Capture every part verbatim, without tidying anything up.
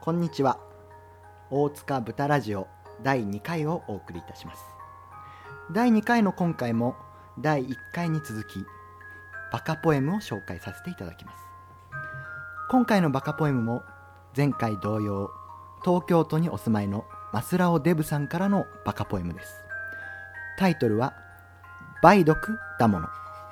こんにちは。大塚豚ラジオだいにかいをお送りいたします。だいにかいの今回もだいいっかいに続きバカポエムを紹介させていただきます。今回のバカポエムも前回同様、東京都にお住まいのマスラオデブさんからのバカポエムです。タイトルは梅毒だもの。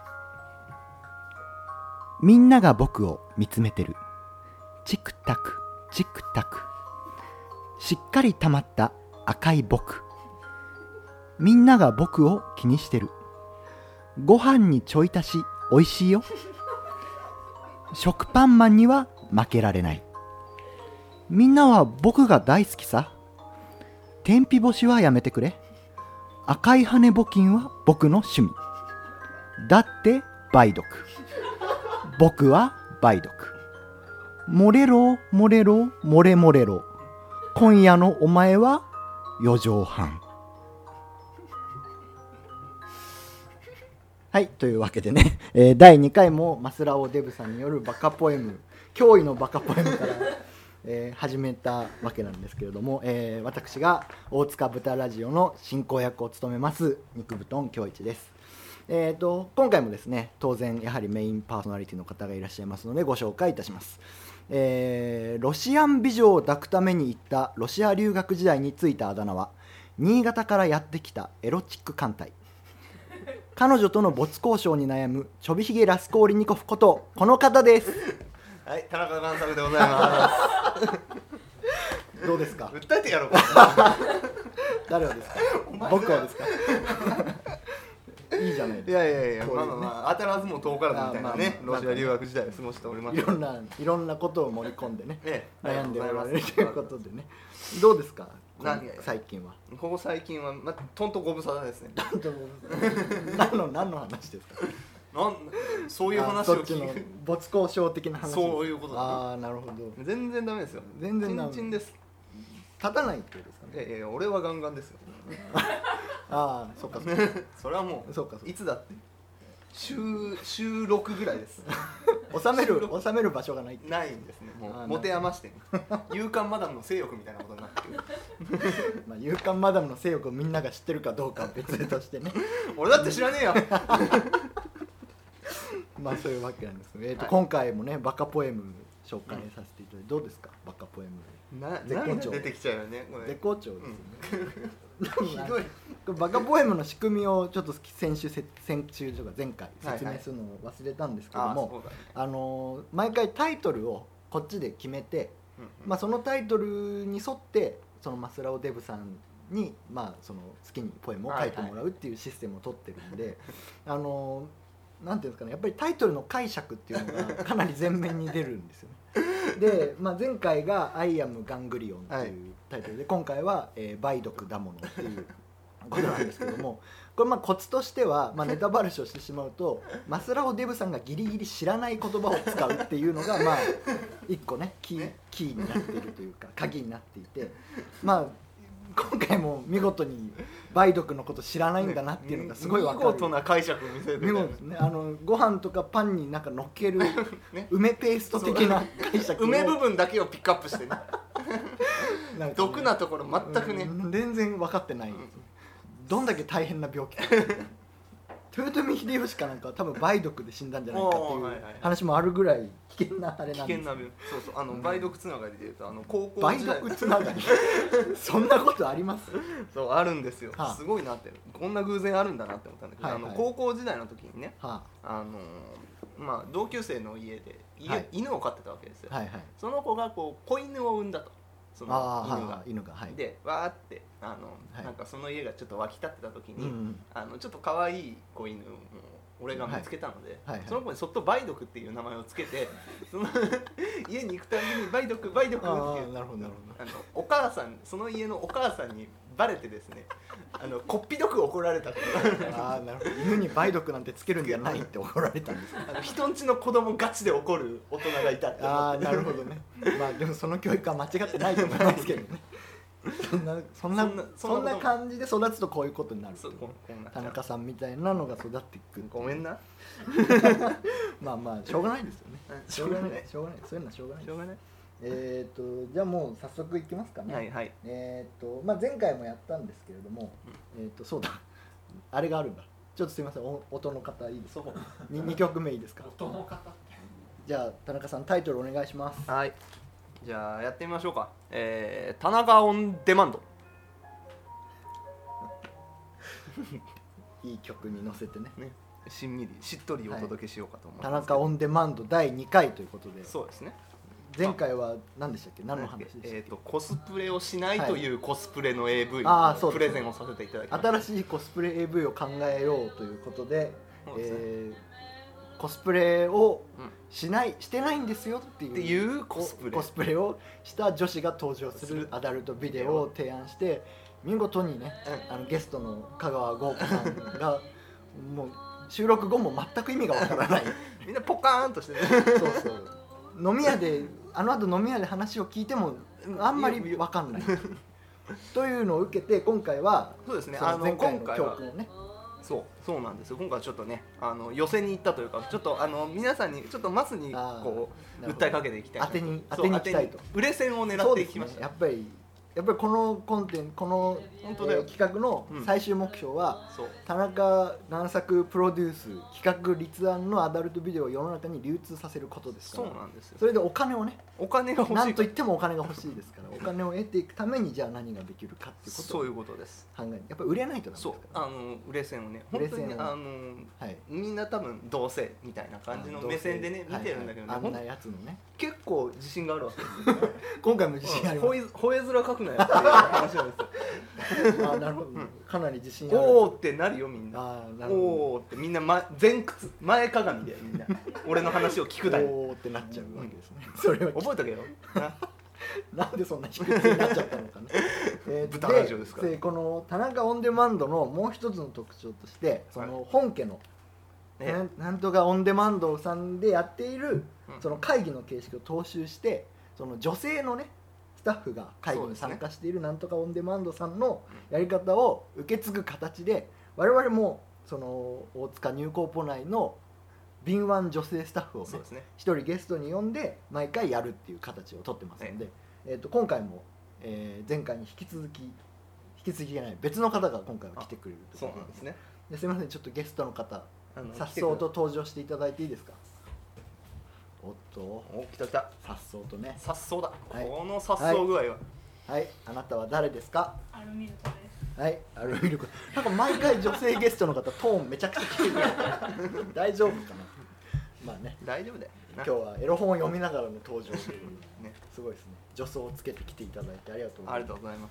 みんなが僕を見つめてる。チクタクチクタク、しっかり溜まった赤い僕。みんなが僕を気にしてる。ご飯にちょい足しおいしいよ。食パンマンには負けられない。みんなは僕が大好きさ。天日干しはやめてくれ。赤い羽募金は僕の趣味。だって梅毒。僕は梅毒。漏れろ漏れろ漏れ漏れろ。今夜のお前はよじょうはん。はい、というわけでね、えー、だいにかいもマスラオデブさんによるバカポエム、驚異のバカポエムから、えー、始めたわけなんですけれども、えー、私が大塚豚ラジオの進行役を務めます肉布団恭一です。えーと、今回もですね、当然やはりメインパーソナリティの方がいらっしゃいますのでご紹介いたします。えー、ロシアン美女を抱くために行ったロシア留学時代についたあだ名は、新潟からやってきたエロチック艦隊。彼女との没交渉に悩むちょびひげラスコーリニコフことこの方です。 はい、田中贋作でございます。 どうですか。 訴えてやろうか。 誰をですか。僕をですか。いいじゃないですか。 いやいやいや、まあまあまあ当たらずも遠からずみたいなね、 まあまあまあロシア留学時代を過ごしております。 いろんないろんなことを盛り込んでね、 ええ、 悩んでおられるということでね。どうですか。 何最近は。 ここ最近はまあとんとご無沙汰ですね。 何の何の話ですか。 なんそういう話を聞く。 没交渉的な話。 そういうことだ、ね。 ああ、なるほど。 全然ダメですよ。 全然ダメ。 チンチンです。 立たないってことですかね。 いやいや、俺はガンガンですよ。 ああ、そっかそっか。 それはもうそうかそうか。 いつだって週週ろくぐらいです。 収める収める場所がない。 ないんですね。もう持て余して、勇敢マダムの性欲みたいなことになってる。 まあ勇敢マダムの性欲をみんなが知ってるかどうかは別としてね。 俺だって知らねえよ。 まあそういうわけなんですけど、えーと、 はい、 今回もねバカポエム紹介させていただいて、どうですかバカポエム。 な涙出てきちゃうよねこれ。 絶好調ですよね。 うん、ひどい。 バカポエムの仕組みをちょっと先週先週とか前回説明するのを忘れたんですけども、はいはい、あ, あの毎回タイトルをこっちで決めて、うんうん、まあ、そのタイトルに沿ってそのマスラオデブさんに、まあ、その好きにポエムを書いてもらうっていうシステムを取ってるんで、はいはい、あのなんていうんですかね、やっぱりタイトルの解釈っていうのがかなり前面に出るんですよね。で、まあ、前回が「アイアムガングリオン」っていうタイトルで、はい、今回は、えー「梅毒だもの」っていうことなんですけども、これまあコツとしては、まあ、ネタバラシをしてしまうとマスラオデブさんがギリギリ知らない言葉を使うっていうのがまあ一個ねキー、キーになっているというか鍵になっていて、まあ今回も見事に梅毒のこと知らないんだなっていうのがすごい分かる。 見事な解釈を見せてる、ね、 ね、あのご飯とかパンになんか乗っける梅ペースト的な解釈梅部分だけをピックアップしてね。なんかね、毒なところ全くね、 うん、全然分かってない、うん、どんだけ大変な病気か。豊臣秀吉かなんか多分梅毒で死んだんじゃないかっていう話もあるぐらい危険なあれなんです。危険な病気。 そうそう、あの梅毒つながりでいうと、あの高校時代。 梅毒つながり。そんなことあります？ そうあるんですよ。はあ、すごいなって、こんな偶然あるんだなって思ったんだけど、はいはい、あの高校時代の時にね、はあ、あのまあ同級生の家で家、はい、犬を飼ってたわけですよ。はいはい、その子がこう子犬を産んだと。その犬が、犬が、はい、でわーってあの、はい、なんかその家がちょっと沸き立ってた時に、うんうん、あのちょっと可愛い子犬を俺が見つけたので、はいはいはい、その子にそっと梅毒っていう名前をつけて、その家に行くたびに梅毒梅毒っていう、あ、なるほどなるほど、あのお母さん、その家のお母さんにバレてですね、あのこっぴどく怒られた。 ああ、なるほど。犬に梅毒なんてつけるんじゃないって怒られたんです。 あの人んちの子供ガチで怒る大人がいたって思って。 ああ、なるほどね。まあでもその教育は間違ってないと思いますけどね。そんなそんなそんなそんな感じで育つとこういうことになる。田中さんみたいなのが育っていく。 ごめんな。 まあまあしょうがないですよね。しょうがないしょうがないそういうのはしょうがない。 しょうがない。 えっとじゃあもう早速いきますかね。 はいはい。 えっとまあ前回もやったんですけれども、うん、えっとそうだあれがあるんだ。ちょっとすみません、お音の方いいですか。ににきょくめいいですか。 音の方って。 じゃあ田中さんタイトルお願いします。 はい。じゃあやってみましょうか。えー、田中オンデマンド。 いい曲に乗せて ね, ねしんみりしっとりお届けしようかと思います、 はい、田中オンデマンドだいにかいということで。 そうですね。 前回は何でしたっけ、何の話でしたっけ。 えーとコスプレをしないというコスプレの エーブイのプレゼンをさせていただきました。 新しいコスプレ エーブイ を考えようということで、えー、コスプレをしない、してないんですよっていう、 っていうコスプレコスプレをした女子が登場するアダルトビデオを提案して、見事にね、うん、あのゲストの香川豪子さんがもう収録後も全く意味がわからないみんなポカーンとしてねそうそう飲み屋であの後飲み屋で話を聞いてもあんまりわかんないというのを受けて、今回はそうですね、 あの前回の教訓をね、 そうそうなんですよ。今回はちょっとね、あの寄せに行ったというか、ちょっとあの皆さんにちょっとマスにこう訴えかけていきたい、 当てに当てに行きたいと、 売れ線を狙っていきました、 ね、やっぱりやっぱりこのコンテンツ、この、えー、企画の最終目標は、うん、田中贋作プロデュース企画立案のアダルトビデオを世の中に流通させることですから。 そうなんですよ。 それでお金をね、 お金が欲しい、 なんといってもお金が欲しいですから、お金を得ていくためにじゃあ何ができるかっていうことをそういうことです考え、やっぱり売れないとダメですから、ね、 そう、あの売れ線をね、本当にあの、はい、みんな多分どうせみたいな感じの目線でね見てるんだけどね、 はいはい、あんなやつのね結構自信があるわけですよ、ね、 今回も自信あります。 ほえ面書くなよっていう話なんですよあ、なるほど、うん、かなり自信ある。 おーってなるよみんな。 あ、なるほど。 おーってみんな、ま、前屈前かがみでみんな俺の話を聞くだよおーってなっちゃうわけですね、うん、それは覚えとけよなんでそんな低くになっちゃったのかねえー、豚ラジオですから。 でこの田中オンデマンドのもう一つの特徴として、その本家の、はいね、なんとかオンデマンドさんでやっている、うん、その会議の形式を踏襲して、その女性のねスタッフが会議に参加しているなんとかオンデマンドさんのやり方を受け継ぐ形で、我々もその大塚ニューコーポ内の敏腕女性スタッフをね一人ゲストに呼んで毎回やるっていう形をとってますので、えーと今回も、えー前回に引き続き引き続きじゃない別の方が今回は来てくれるということで、 そうなんですね。 ですいません、ちょっとゲストの方さっそうと登場していただいていいですか。おっと、 お、来た来た。 さっそうとね。 さっそうだ、 はい、 このさっそう具合は、はい、 はい、あなたは誰ですか。 アルミルコです。 はい、アルミルコ。なんか毎回女性ゲストの方トーンめちゃくちゃ低い大丈夫かな。まあね、 大丈夫だよ。 今日はエロ本を読みながらの登場というね、すごいですね。助走をつけてきていただいてありがとうございます。 ありがとうございます。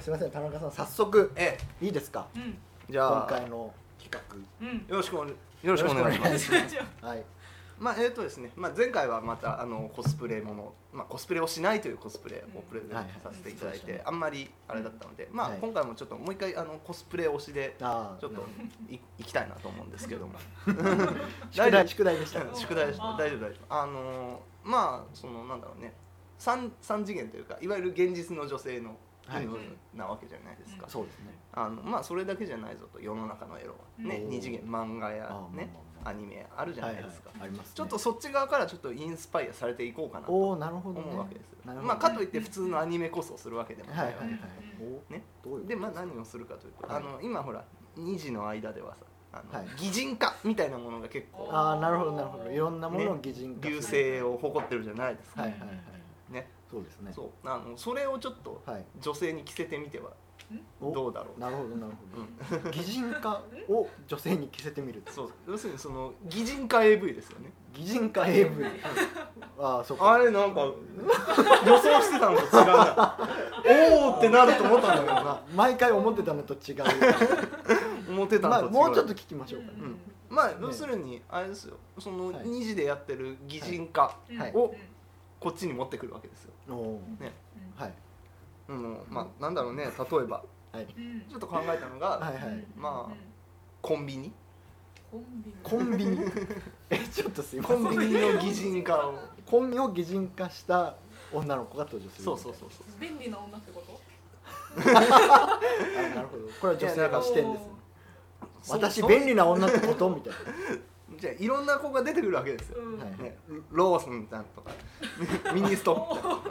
すみません、田中さん、早速、 ええ、いいですか。 うん、 じゃあ今回の企画、 うん、 よろしくおよろしくお願いします。 はい。 まあえーとですね、まあ、前回はまたあのコスプレもの、まあ、コスプレをしないというコスプレをプレゼントさせていただいて、はいはい、あんまりあれだったので、まあ、はい、今回もちょっともう一回あのコスプレ推しでちょっといいきたいなと思うんですけども宿題宿題でした、 宿題でした。大丈夫大丈夫。あのー、まあそのなんだろうね、 3, 3次元というかいわゆる現実の女性のはい、なわけじゃないですか、 うん、そうですね。 あのまあそれだけじゃないぞと、世の中のエロはね、に次元漫画やねアニメあるじゃないですか、 はいはい、ありますね。 ちょっとそっち側からちょっとインスパイアされていこうかなと思うわけですよ、 ね、 まあかといって普通のアニメこそするわけでもないわけで、ね、 どういうでまあ何をするかというと、はい、あの今ほらにじの間ではさ、あの、はい、擬人化みたいなものが結構、 ああなるほどなるほど、いろんなものを擬人化、 ね、流星を誇ってるじゃないですか、 はいはいはい、 ね、 そうですね。 そう、あのそれをちょっと女性に着せてみてはどうだろう。 なるほどなるほど。擬人化を女性に着せてみる。 そう、要するにその擬人化 エーブイ ですよね。 擬人化 エーブイ。ああ、そうか。 あれなんか予想してたのと違うな。おおってなると思ったんだけどな。 毎回思ってたのと違う。 思ってたのと違う。 もうちょっと聞きましょうかね。 まあ要するにあれですよ。そのにじでやってる擬人化をこっちに持ってくるわけですよ。ね、はい。うん、まあなんだろうね、例えば、はい、ちょっと考えたのが、はいはい、まあコンビニ。 コンビニ。え、ちょっとすいません。 コンビニの擬人化を、 コンビニを擬人化した女の子が登場する。 そうそうそうそう。便利な女ってこと？ あ、なるほど。これは女性が視点ですね。私便利な女ってことみたいな。 じゃあいろんな子が出てくるわけですよ、うん、ね、ローソンさんとかミニストップさんとか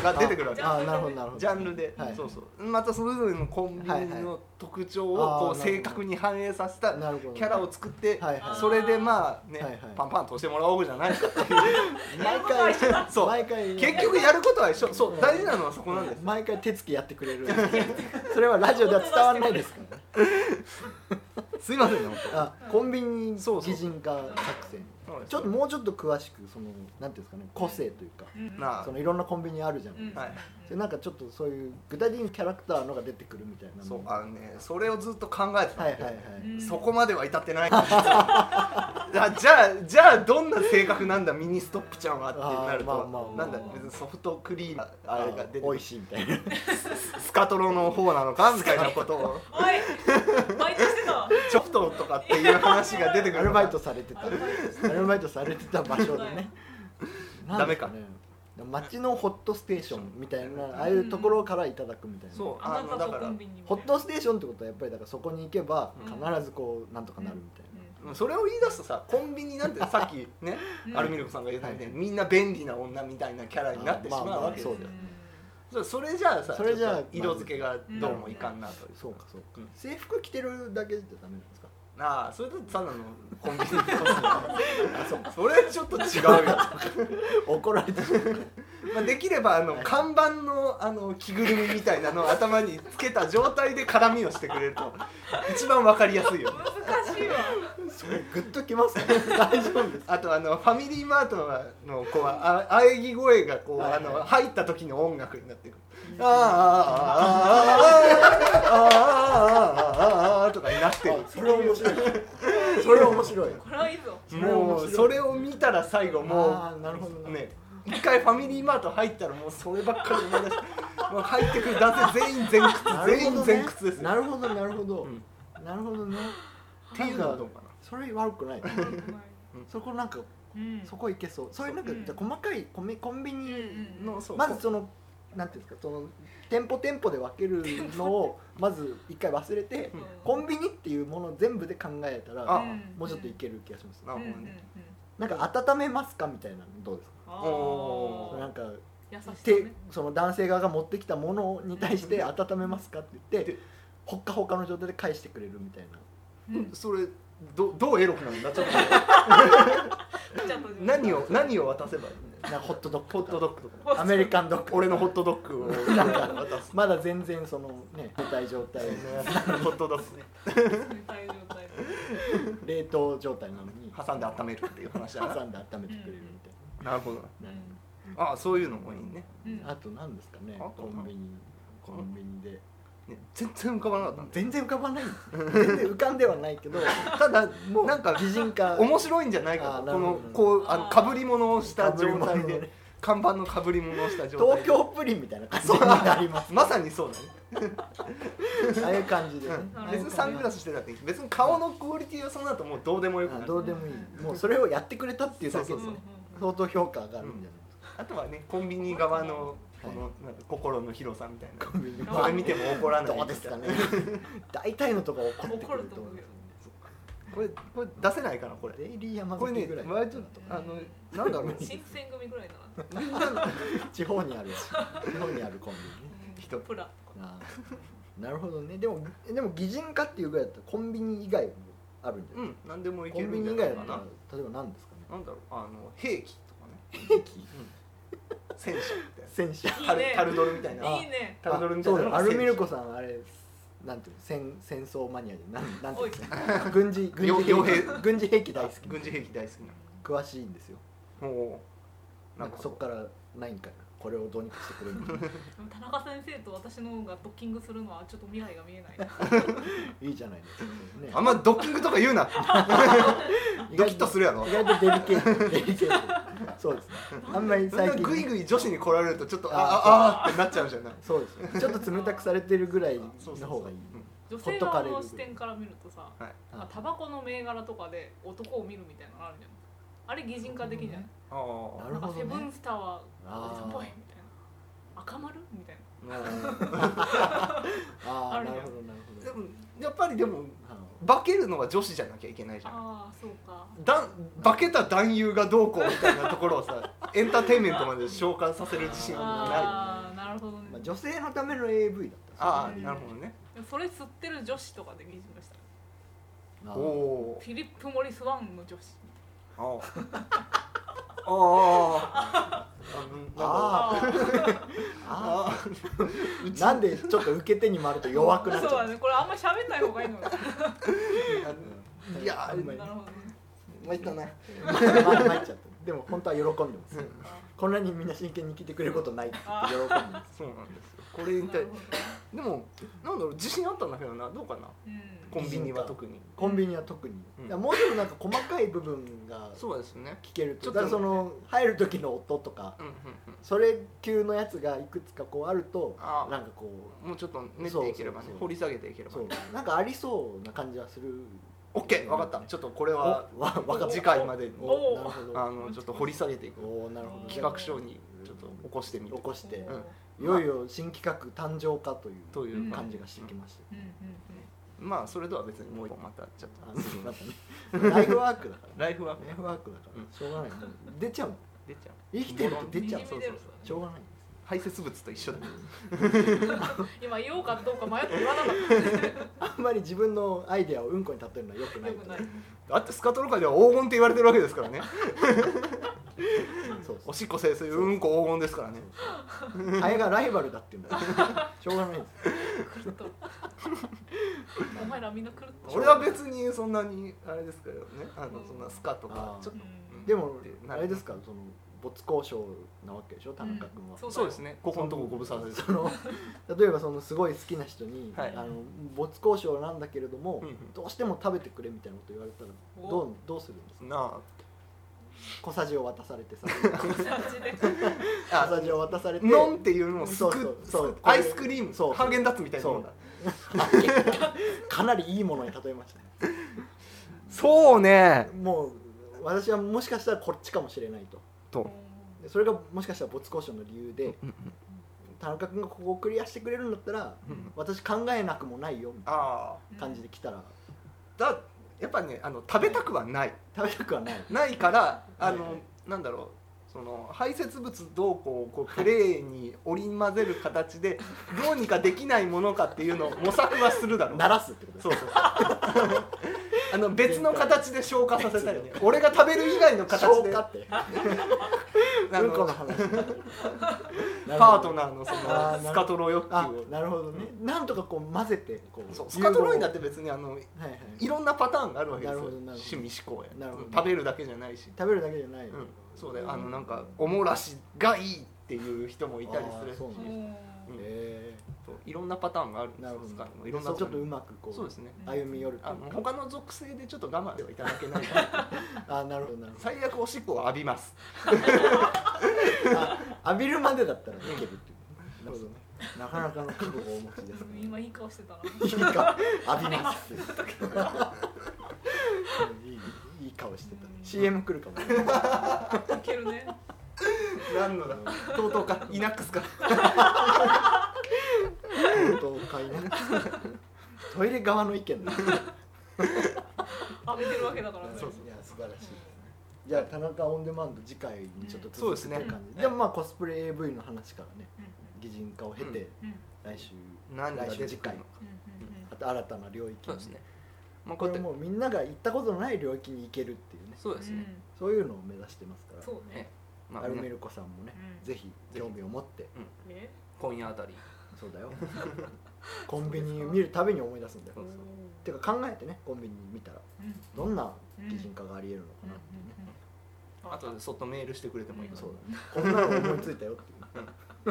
が出てくるわけ。 ああなるほどなるほど。 ジャンルで、はい、そうそうまたそれぞれのコンビニの特徴をこう正確に反映させたキャラを作って、はいはい、それでまあね、はいはい、パンパンとしてもらおうじゃないかっていう毎回そう毎回結局やることは一緒。そう大事なのはそこなんです。 毎回手つきやってくれるそれはラジオでは伝わらないですからすいませんね本当。 あコンビニ擬人化作戦ちょっともうちょっと詳しくそのなんていうんですかね個性というか、うん、そのいろんなコンビニあるじゃないですか、うんはい、それなんかちょっとそういう具体的にキャラクターのが出てくるみたいな。 そうあのねそれをずっと考えてたんで、はいはいはい、そこまでは至ってないじゃあじゃあどんな性格なんだミニストップちゃんはってなると、まあまあまあ、なんだ別にソフトクリームあれが出て美味しいみたいなスカトロの方なのかみたいなことをおいバイトしてたチョフトとかっていう話が出てくる。 アルバイトされてたアルバイトされてた場所でねダメかね街のホットステーションみたいなああいうところからいただくみたいな。 そうあのだからホットステーションってことはやっぱりだからそこに行けば必ずこうなんとかなるみたいな、 うんうん、それを言い出すとさコンビニなんてさっきねアルミルクさんが言ったみたいにみんな便利な女みたいなキャラになってしまうわけですよ。それじゃあさそれじゃあ色付けがどうもいかんなという、 うん、そうかそうか、うん、制服着てるだけじゃダメなんですか。 ああそれとただのコンビニであそうそれちょっと違うよ怒られてるまあできればあの、はい、看板のあの着ぐるみみたいなのを頭につけた状態で絡みをしてくれると一番わかりやすいよ。 難しいわそれグッときますね大丈夫です。 あとあのファミリーマートの子はあ喘ぎ声がこう、はいはい、あの入った時の音楽になってくる。ああああああああとかになってる。 それ面白いそれ面白いこれはいいぞ。 もうそれを見たら最後もうあなるほどね一回ファミリーマート入ったらもうそればっかり思い出してもう入ってくる男性全員前屈全員前屈です。 なるほどなるほど、うん、なるほどねっていうのはどうかな。 それ悪くないそこなんか、うん、そこいけそう。それなんか、うん、じゃ細かいコンビニの、うん、まずそのなんていうんですかその店舗店舗で分けるのをまず一回忘れて、うん、コンビニっていうものを全部で考えたら、うん、もうちょっといける気がします、ね。なるほどね。なんか温めますかみたいなのどうですか。おなんか手その男性側が持ってきたものに対して温めますかって言ってほっかほかの状態で返してくれるみたいな、 うん、それ ど, どうエロくなるんだちょっと何を何を渡せばいいんだよ。 ホットドッグホットドッグとかアメリカンドッグ俺のホットドッグを渡すまだ全然そのね冷たい状態のホットドッグね冷凍状態なのに挟んで温めるっていう話だな。 挟んで温めてくれるみたいな。なるほど、うん、ああそういうのもいいね、 うん、あと何ですかねコンビニコンビニで、 ね、全然浮かばなかった。 全然浮かばない全然浮かんではないけどただもうなんか擬人化面白いんじゃないかと。このこうあの被り物をした状態で看板の被り物をした状態で東京プリンみたいな感じになります、ね、 まさにそうだねああいう感じで、ねうん、別にサングラスしてたって別に顔のクオリティはその後もうどうでもよくなる。 どうでもいいもうそれをやってくれたっていうだけですね相当評価があるんじゃないですか、 うん、あとはねコンビニ側のこのなんか心の広さみたいな、はい、これ見ても怒らないどうですかね大体のとこ怒ってくると思う。 これこれ出せないかなこれ。 デイリー山崎ぐらい。 これね割とあのなんだろう新選組ぐらいだな。地方にある地方にあるコンビニ。 人プラとか。なるほどね。でもでも擬人化っていうぐらいだったらコンビニ以外もあるんじゃない？ うん、なんでもいけるんじゃないかな。コンビニ以外だったら例えば何ですかね。 なんだろうあの兵器とかね。 兵器。 戦車みたいな。 戦車。 タルタルドルみたいな。 いいね。 タルドルみたいな。 アルミルコさんあれ。なんていう戦戦争マニアでなんなんていうの軍事軍事兵器軍事兵器大好き軍事兵器大好きな詳しいんですよ。 おなんかそこからないんかなこれをどうにかしてくれる田中先生と私の方がドッキングするのはちょっと未来が見えないいいじゃないですか、 ね、あんまドッキングとか言うなドキッとするやろ。 意外とデリケートデリケートそうですね。あんまり最近グイグイ女子に来られるとちょっとあああってなっちゃうじゃない。 そうですちょっと冷たくされてるぐらいの方がいい。 女性側の視点から見るとさ、はい、タバコの銘柄とかで男を見るみたいなのあるじゃん。あれ擬人化できんじゃない？ ああ、 なんかセブンスターはおじさんっぽいみたいな。赤丸みたいな。 ああ、なるほどなるほど。 でもやっぱりでも化けるのは女子じゃなきゃいけないじゃん。 ああ、そうか。 だ化けた男優がどうこうみたいなところをさ、エンターテインメントまで消化させる自信はない。 るほどね、 まあ、女性のための エーブイ だった。 ああなるほどね。 それ吸ってる女子とかで擬人化した。 おおフィリップ・モリス・ワンの女子。 ああああなんでちょっと受け手に回ると弱くなっちゃう。 そうだね、これあんまり喋んない方がいいのか。 いやー、 なるほどね。 参ったね。 参っちゃった。でも本当は喜んでます。こんなにみんな真剣に聞いてくれることないって喜んでます。 そうなんですよ。これに対でもなんだろう、自信あったんだけどな、どうかな。コンビニは特に。 コンビニは特に。もうちょっとなんか細かい部分がそうですね。 聞けると。だからその入る時の音とか、それ級のやつがいくつかこうあると、なんかこうもうちょっと練っていければね、掘り下げていければ。 なんかありそうな感じはする。 オッケー、分かった。ちょっとこれは次回までにあのちょっと掘り下げていく。企画書にちょっと起こしてみて。 起こして、いよいよ新企画誕生かというという感じがしてきました。 まあそれとは別にもう一本またちょっとライフワークだから。 ライフワーク。 ライフワークだからしょうがない。出ちゃう。 出ちゃう。 生きてると出ちゃう。 そうそうそう。 しょうがない。 排泄物と一緒だ。 今言おうかどうか迷って言わなかった。あんまり自分のアイデアをうんこに例えるのは良くない。 だってスカトロ界では黄金って言われてるわけですからね。おしっこ清水うんこ黄金ですからね。 ハエがライバルだって言うんだ。しょうがないです。 お前らみんな狂って。 俺は別にそんなにあれですけどね。あのそんなスカとかちょっと。 でもあれですか、その没交渉なわけでしょ、田中君は。 そうですね。ここのとこご無沙汰です。 その例えばそのすごい好きな人に、あの没交渉なんだけれども、どうしても食べてくれみたいなこと言われたらどうどうするんですか。なあ。小さじを渡されてさ。小さじを渡されて。 ノンっていうのをすくそうアイスクリーム、そうハーゲンダッツみたいなものだ。 かなりいいものに例えましたね。 そうね。 もう私はもしかしたらこっちかもしれないと。とそれがもしかしたら没交渉の理由で、田中君がここをクリアしてくれるんだったら、私考えなくもないよみたいな感じで来たら、 だやっぱね、あの食べたくはない食べたくはないないからあの、はいはい、なんだろう、その排泄物どうこうこうプレーに織り交ぜる形でどうにかできないものかっていうのを模索はするだろう。 鳴らすってことそうそうあの別の形で消化させたりね、俺が食べる以外の形で消化ってうんこの話パートナーのそのスカトロ欲求を、 なるほどね、なんとかこう混ぜてこう、 そうスカトロにだって別にあのいろんなパターンがあるわけですよ。趣味思考や食べるだけじゃないし、 食べるだけじゃない、 そうで、あのなんかおもらしがいいっていう人もいたりするし、いろんなパターンがあるんですよ。 いろんなちょっとうまくこう歩み寄る。 他の属性でちょっと我慢ではいただけない。 あ、なるほどなるほど。 最悪おしっこを浴びます。 浴びるまでだったらいけるっていう。なるほどね。なかなかの覚悟をお持ちです。 今いい顔してたな。 いい顔浴びます。いい顔してた。シーエム 来るかも。 いけるね。 何のだ。とうとうかイナックスか。 トイレ側の意見だ。 浴びてるわけだからね。 そうそう、いや素晴らしいですね。じゃあ田中オンデマンド次回にちょっと続けてる感じ。でもまあコスプレ エーブイ の話からね、擬人化を経て来週来週次回あと新たな領域。 そうですね。 これもうみんなが行ったことのない領域に行けるっていうね。 そうですね。 そういうのを目指してますから。 そうね。 アルメルコさんもね、ぜひ興味を持って今夜あたり。 そうだよ。コンビニ見るたびに思い出すんだよ。てか考えてね、コンビニ見たらどんな擬人化がありえるのかなっていうね。 あとでそっとメールしてくれてもいい。 そうだね。こんなの思いついたよっていう。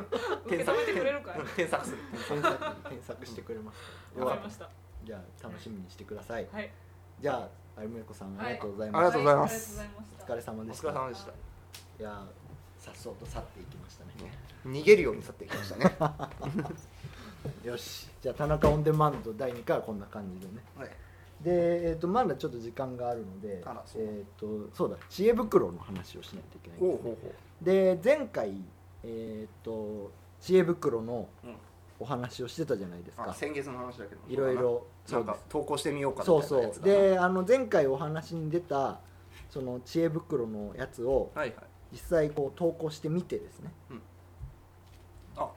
受け止めてくれるかい。 添削する。 添削添削してくれます。 わかりました。 じゃあ楽しみにしてください。 はい。 じゃあアルメルコさんありがとうございます。ありがとうございます。 お疲れ様でした。 お疲れ様でした。いやさっそうと去っていきましたね。 逃げるように去っていきましたね。 よし、じゃあ田中オンデマンドだいにかいはこんな感じでね。はい、で、えーと、まだちょっと時間があるので、そうえーとそうだ知恵袋の話をしないといけないんですね。ほうほうほう。で前回、えーと知恵袋のお話をしてたじゃないですか。 うん、先月の話だけどいろいろなんか投稿してみようかみたいなやつだな。 そうそう。であの前回お話に出たその知恵袋のやつを、はいはい、実際こう投稿してみてですね、 うん、あ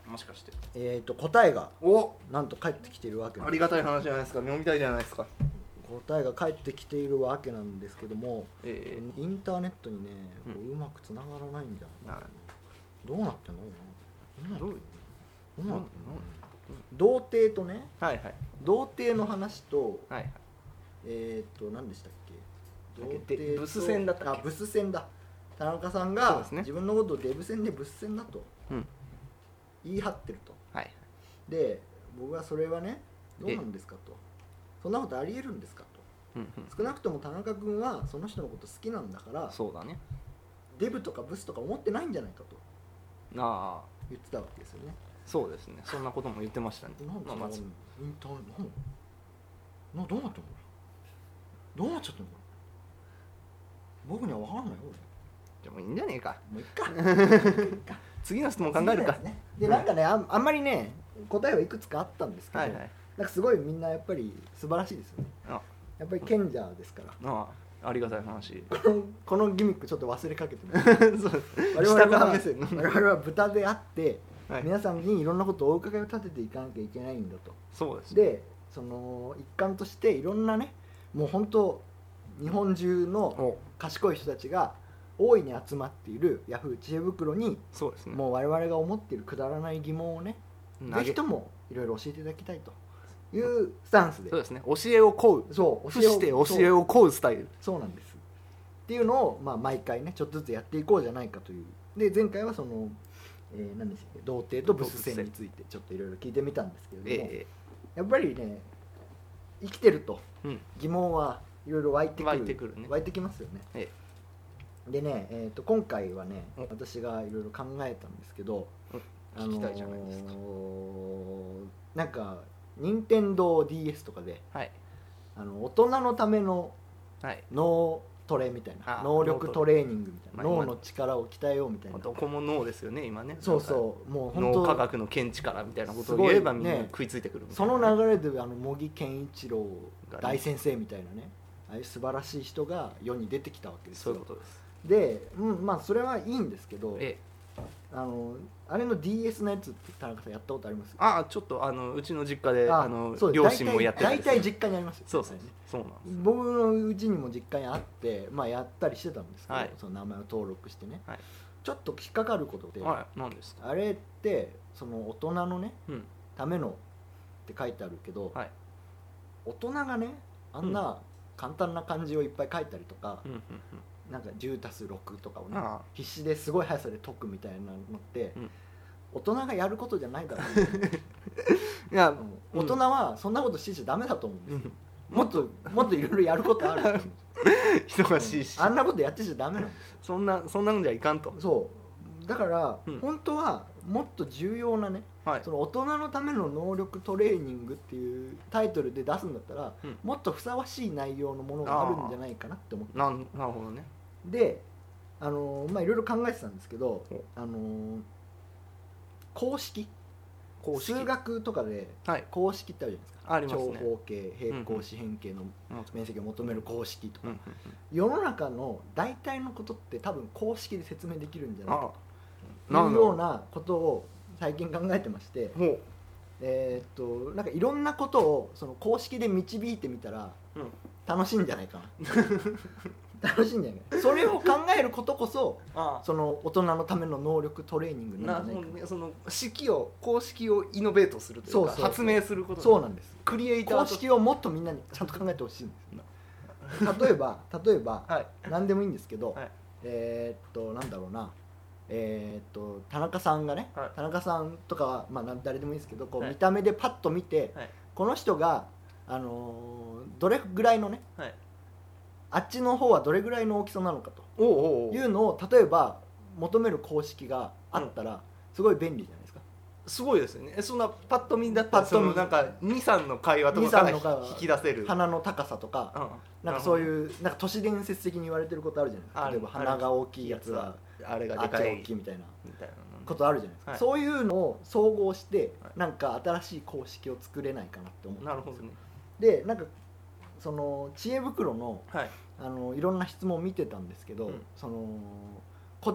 もしかして。 えっと答えがおなんと返ってきているわけなんです。 ありがたい話じゃないですか。読みたいじゃないですか。 答えが返ってきているわけなんですけども、 えー、インターネットにね、うん、うまくつながらないんじゃない、どうなってんの？どういうどうなってんの？童貞とね、 はいはい、 童貞の話と、 はいはい、 えっ、ー、と何でしたっけ？ 童貞とブス戦だったっけ？ あ、ブス戦だ。田中さんが、ね、自分のことをデブ戦でブス戦だと、うん、言い張ってると、 はい、 で僕はそれはねどうなんですかと、そんなことありえるんですかと、うんうん、少なくとも田中君はその人のこと好きなんだから、 そうだね、 デブとかブスとか思ってないんじゃないかとあ言ってたわけですよね。 そうですね、そんなことも言ってましたね。 なんかまずインターネットな、どうなってんの？どうなっちゃってんの？僕には分かんないよ。 でもいいんじゃねえか。 もういっか次の質問考えるか。 ね、でなんかね あ, あんまりね答えはいくつかあったんですけど、はいはい、なんかすごいみんなやっぱり素晴らしいですよね。あやっぱり賢者ですから。 ああ、ありがたい話。 このこのギミックちょっと忘れかけてます。我々は我々は豚であって、はい、皆さんにいろんなことをお伺いを立てていかなきゃいけないんだと。 そうです、 ね。でその一環としていろんなねもう本当日本中の賢い人たちが大いに集まっているヤフー知恵袋に、 そうですね、 もう我々が思っているくだらない疑問をねぜひともいろいろ教えていただきたいというスタンスで、 そうですね、教えを請う、そう教えをして教えを請うスタイル、 そうなんですっていうのを、まあ、毎回ねちょっとずつやっていこうじゃないかという。で前回はその、えー、何でしたっけ、童貞とブス戦についてちょっといろいろ聞いてみたんですけれども、えー、やっぱりね生きてると疑問はいろいろ湧いてくる、湧いてくるね、湧いてきますよね。えー、でね、えー、と今回はね私がいろいろ考えたんですけど、 あのー、聞きたいじゃないですか。 なんか任天堂 ディーエス とかで、 はい、 あの大人のための脳トレみたいな、はい、能力トレーニングみたいな、脳の力を鍛えようみたいな、 どこも脳ですよね今ね。 そうそう、もう本当脳科学の見地からみたいなことを言えばみんな食いついてくるみたいな、ね、 その流れであの茂木健一郎大先生みたいなね、ああいう素晴らしい人が世に出てきたわけですよ。 そういうことです。 で、うん、まあそれはいいんですけど、 ええ、 あのあれの ディーエス のやつって田中さんやったことあります？ ああ、ちょっとあのうちの実家で、ああの両親もやってたんです。 大体実家にありますよ。 そうそうそうなんです。 僕のうちにも実家にあって、まあ、やったりしてたんですけど、はい、その名前を登録してね、はい、ちょっと引っかかることで、 はい、何ですか？ あれってその大人のね、うん、ためのって書いてあるけど、はい、大人がねあんな簡単な漢字をいっぱい書いたりとか、うんうんうん、なんか じゅうたすろく とかをね必死ですごい速さで解くみたいなのって、うん、大人がやることじゃないだろういや、うん、大人はそんなことしてちゃダメだと思うんですよ、うん、もっともっといろいろやることある忙しいし、 うん、あんなことやってちゃダメなんです。 そんなそんなのじゃいかんと。 そうだから、うん、本当はもっと重要なね、はい、その大人のための能力トレーニングっていうタイトルで出すんだったら、うん、もっとふさわしい内容のものがあるんじゃないかなって思って。 な, なるほどね。 であのまあいろいろ考えてたんですけど、あの公式公式数学とかで公式ってあるじゃないですか、はい、長方形、平行四辺形の面積を求める公式とか、うんうんうん、世の中の大体のことって多分公式で説明できるんじゃないかというようなことを最近考えてまして、えー、っとなんかいろんなことをその公式で導いてみたら楽しいんじゃないかな楽しいんじゃないかな。それを考えることこそああその大人のための能力トレーニングなんじゃないかな。 なその式を公式をイノベートするというか、そうそうそう発明すること。 そうなんです。 クリエイター公式をもっとみんなにちゃんと考えてほしいんです例えば例えば、はい、何でもいいんですけど、はい、えー、っとなんだろうなえー、っと田中さんがね、はい、田中さんとかは、まあ、誰でもいいですけどこう、はい、見た目でパッと見て、はい、この人が、あのー、どれぐらいのね、はい、あっちの方はどれぐらいの大きさなのかというのを例えば求める公式があったらすごい便利じゃないですか。 すごいですよね。そんなパッと見だったらそのなんかにさんの会話とかから引き出せる鼻の高さとか、うん、なんかそういうなんか都市伝説的に言われてることあるじゃないですか。例えば鼻が大きいやつはあれがでかい大きいみたいなことあるじゃないですか、はい、そういうのを総合してなんか新しい公式を作れないかなって思って。 なるほどね。 でなんかその知恵袋の、はい、あのいろんな質問を見てたんですけど、うん、そのこっちが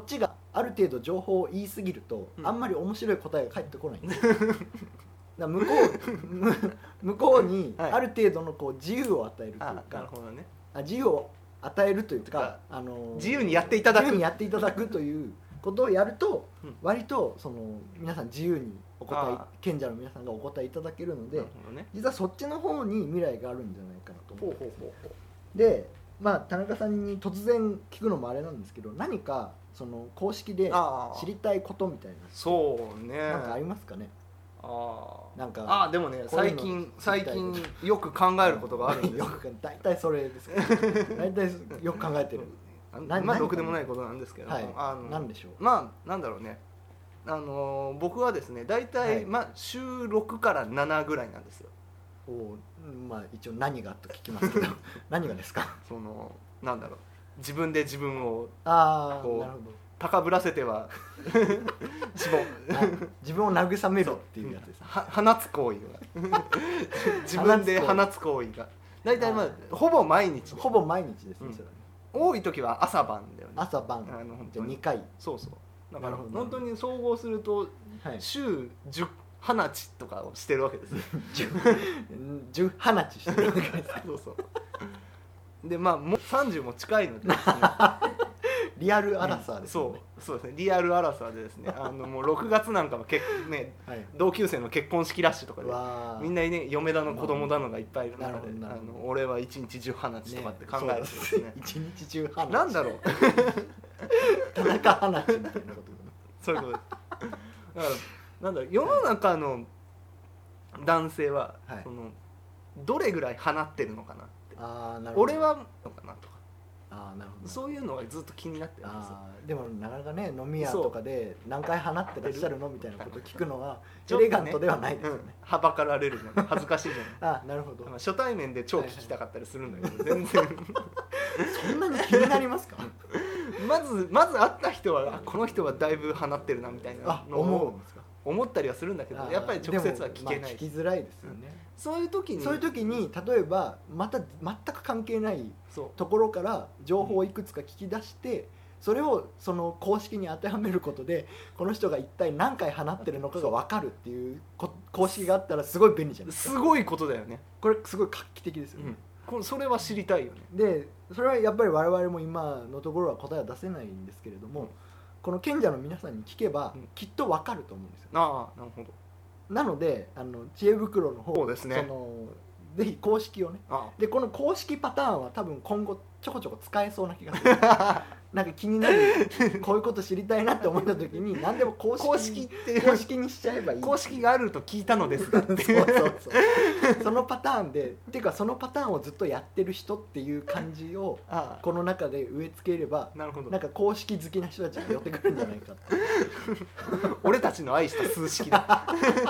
ある程度情報を言いすぎると、うん、あんまり面白い答えが返ってこないんですよだ向こう向こうにある程度のこう自由を与えるというか、はい、なるほどね、自由を与えるというか、あの自由にやっていただく自由にやっていただくということをやると、うん、割とその皆さん自由にお答え賢者の皆さんがお答えいただけるので、ね、実はそっちの方に未来があるんじゃないかなと思ってます。で、まあ、田中さんに突然聞くのもあれなんですけど、何かその公式で知りたいことみたいな、 そうね、 なんかありますかね。 あなんかあでもね、最近最近よく考えることがあるんですよ大体それですか大体よく考えてるまあろくでもないことなんですけども、はい、あの何でしょう。 まあなんだろうね、あの僕はですね大体、はい、まあ週ろくからななぐらいなんですよ。 おまあ一応何がと聞きますけど何がですか。 そのなんだろう、自分で自分をあこうなるほど高ぶらせては自分自分を慰めるっていうやつです、ね、 は放つ行為が自分で放つ行為が大体まあほぼ毎日ほぼ毎日ですね、うん、それはね。 多い時は朝晩だよね。 朝晩あの本当ににかい。 そうそうだから本当に総合すると週じゅう放ちとかをしてるわけですじゅう放ちしてるわけですそうそうでまあもうさんじゅうも近いのでですねリアルアラサーですね、 うん、そうそうですね、リアルアラサーでですね、あのもうろくがつなんかは結、ねはい、同級生の結婚式ラッシュとかでみんなね嫁だの子供だのがいっぱいいる中で、あの俺は一日中放ちとかって考えるとですね、 一日中放ちなんだろう田中放ちみたいなこと、 そういうことです。だからなんだろう、世の中の男性は、はい、そのどれぐらい放ってるのかなって、あなるほど俺はのかなとか、あなるほどそういうのがずっと気になってるんですよ。 あでもなかなかね飲み屋とかで何回放ってらっしゃるのみたいなこと聞くのはエレガントではないですよね。うん、 はばかられるのが恥ずかしいじゃないあなるほど。 初対面で超聞きたかったりするんだけど、はいはい、全然そんなに気になりますかまずまず会った人はこの人はだいぶ放ってるなみたいなのを思うんですか思ったりはするんだけど、やっぱり直接は聞けない、 まあ、聞きづらいですよね、 うん、そういう時にそういう時に例えばまた全く関係ないところから情報をいくつか聞き出して、うん、それをその公式に当てはめることでこの人が一体何回放ってるのかが分かるっていう公式があったらすごい便利じゃないですか。 すごいことだよね。 これすごい画期的ですよね、うん、 これそれは知りたいよね。 でそれはやっぱり我々も今のところは答えは出せないんですけれども、うん、この賢者の皆さんに聞けばきっと分かると思うんですよ。 ああなるほど。 なのであの知恵袋の方そうですね、 そのぜひ公式をね、ああでこの公式パターンは多分今後ちょこちょこ使えそうな気がするなんか気になるこういうこと知りたいなって思った時に何でも公式公式って公式にしちゃえばいい。 公式があると聞いたのですがそうそうそうそのパターンでっていうかそのパターンをずっとやってる人っていう感じをこの中で植え付ければ、 なるほど、 なんか公式好きな人たちが寄ってくるんじゃないかって俺たちの愛した数式だ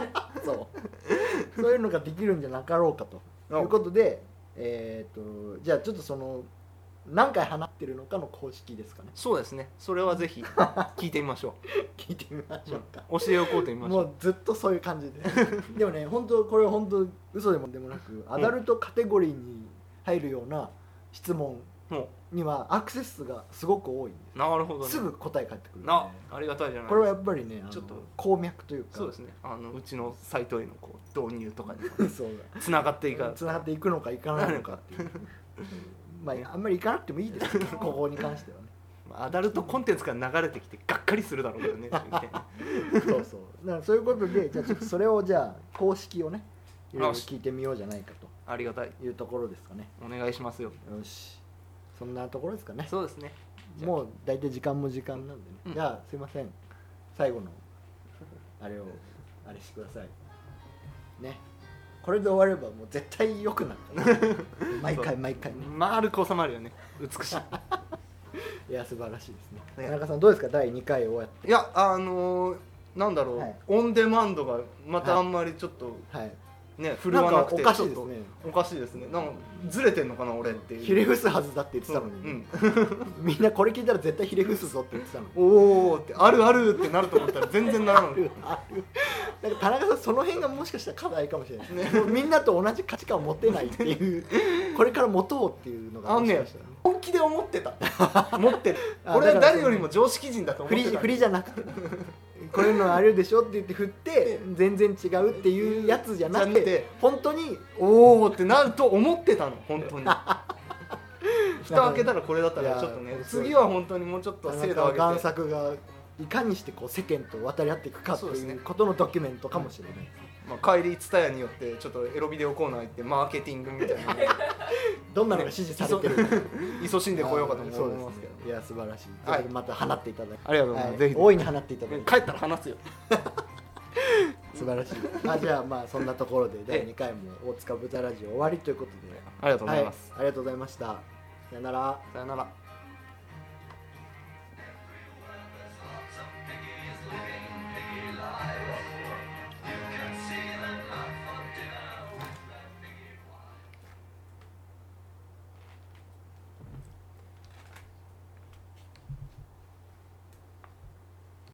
そうそういうのができるんじゃなかろうかということで、えー、とじゃあちょっとその何回放ってるのかの公式ですかね。 そうですね、それはぜひ聞いてみましょう聞いてみましょうか、 うん、教えをこうてみましょう。 もうずっとそういう感じででもね本当これは本当嘘でもでもなくアダルトカテゴリーに入るような質問にはアクセス数がすごく多いんです。 なるほど、ね、 すぐ答え返ってくる、ね、 あありがたいじゃないですか。 これはやっぱりねちょっと鉱脈というか、 そうですね、あのうちのサイトへのこう導入とかにつながっていかつながっていくのかいかないのかっていうまああんまり行かなくてもいいですけどここに関してはねアダルトコンテンツが流れてきてがっかりするだろうけどねそうそうだからそういうことでじゃあちょっとそれをじゃあ公式をねいろいろ聞いてみようじゃないかとありがたいいうところですかね。 お願いしますよ。 よしそんなところですかね。 そうですね、 もう大体時間も時間なんでね、うん、じゃあすいません最後のあれをあれしてくださいね。これで終わればもう絶対良くなるから毎回毎回ね丸く収まるよね。美しいいや素晴らしいですね。田中さんどうですかだいにかい終わって。 いやあのー、なんだろう、はい、オンデマンドがまたあんまりちょっと、はい、 ね振るわなくておかしいですね。 おかしいですね。なんかずれてんのかな俺っていう。 ひれ伏すはずだって言ってたのに、うんうん、みんなこれ聞いたら絶対ひれ伏すぞって言ってたのにおおってあるあるってなると思ったら全然ならない。 あるなんか田中さんその辺がもしかしたら課題かもしれないですね。みんなと同じ価値観を持てないっていうこれから持とうっていうのがもしかしたら、ね、 本気で思ってた持ってる俺は誰よりも常識人だと思ってた。 振りじゃなくてこういうのあるでしょって言って振って全然違うっていうやつじゃなくて本当におおってなると思ってたの本当に蓋開けたらこれだったらちょっとね次は本当にもうちょっと精度を上げて贋作がいかにしてこう世間と渡り合っていくかということのドキュメントかもしれないですね。 まあ、帰りツタヤによってちょっとエロビデオコーナー行ってマーケティングみたいなどんなのが指示されてるか勤しんでこようかと思いますけど、 いや素晴らしい。はい、また放っていただいてありがとうございます、 はい、ぜひ大いに放っていただいて帰ったら話すよ素晴らしい。あじゃあまあそんなところでだいにかいも大塚豚ラジオ終わりということでありがとうございます、 はい、ありがとうございました。さよなら。 さよなら。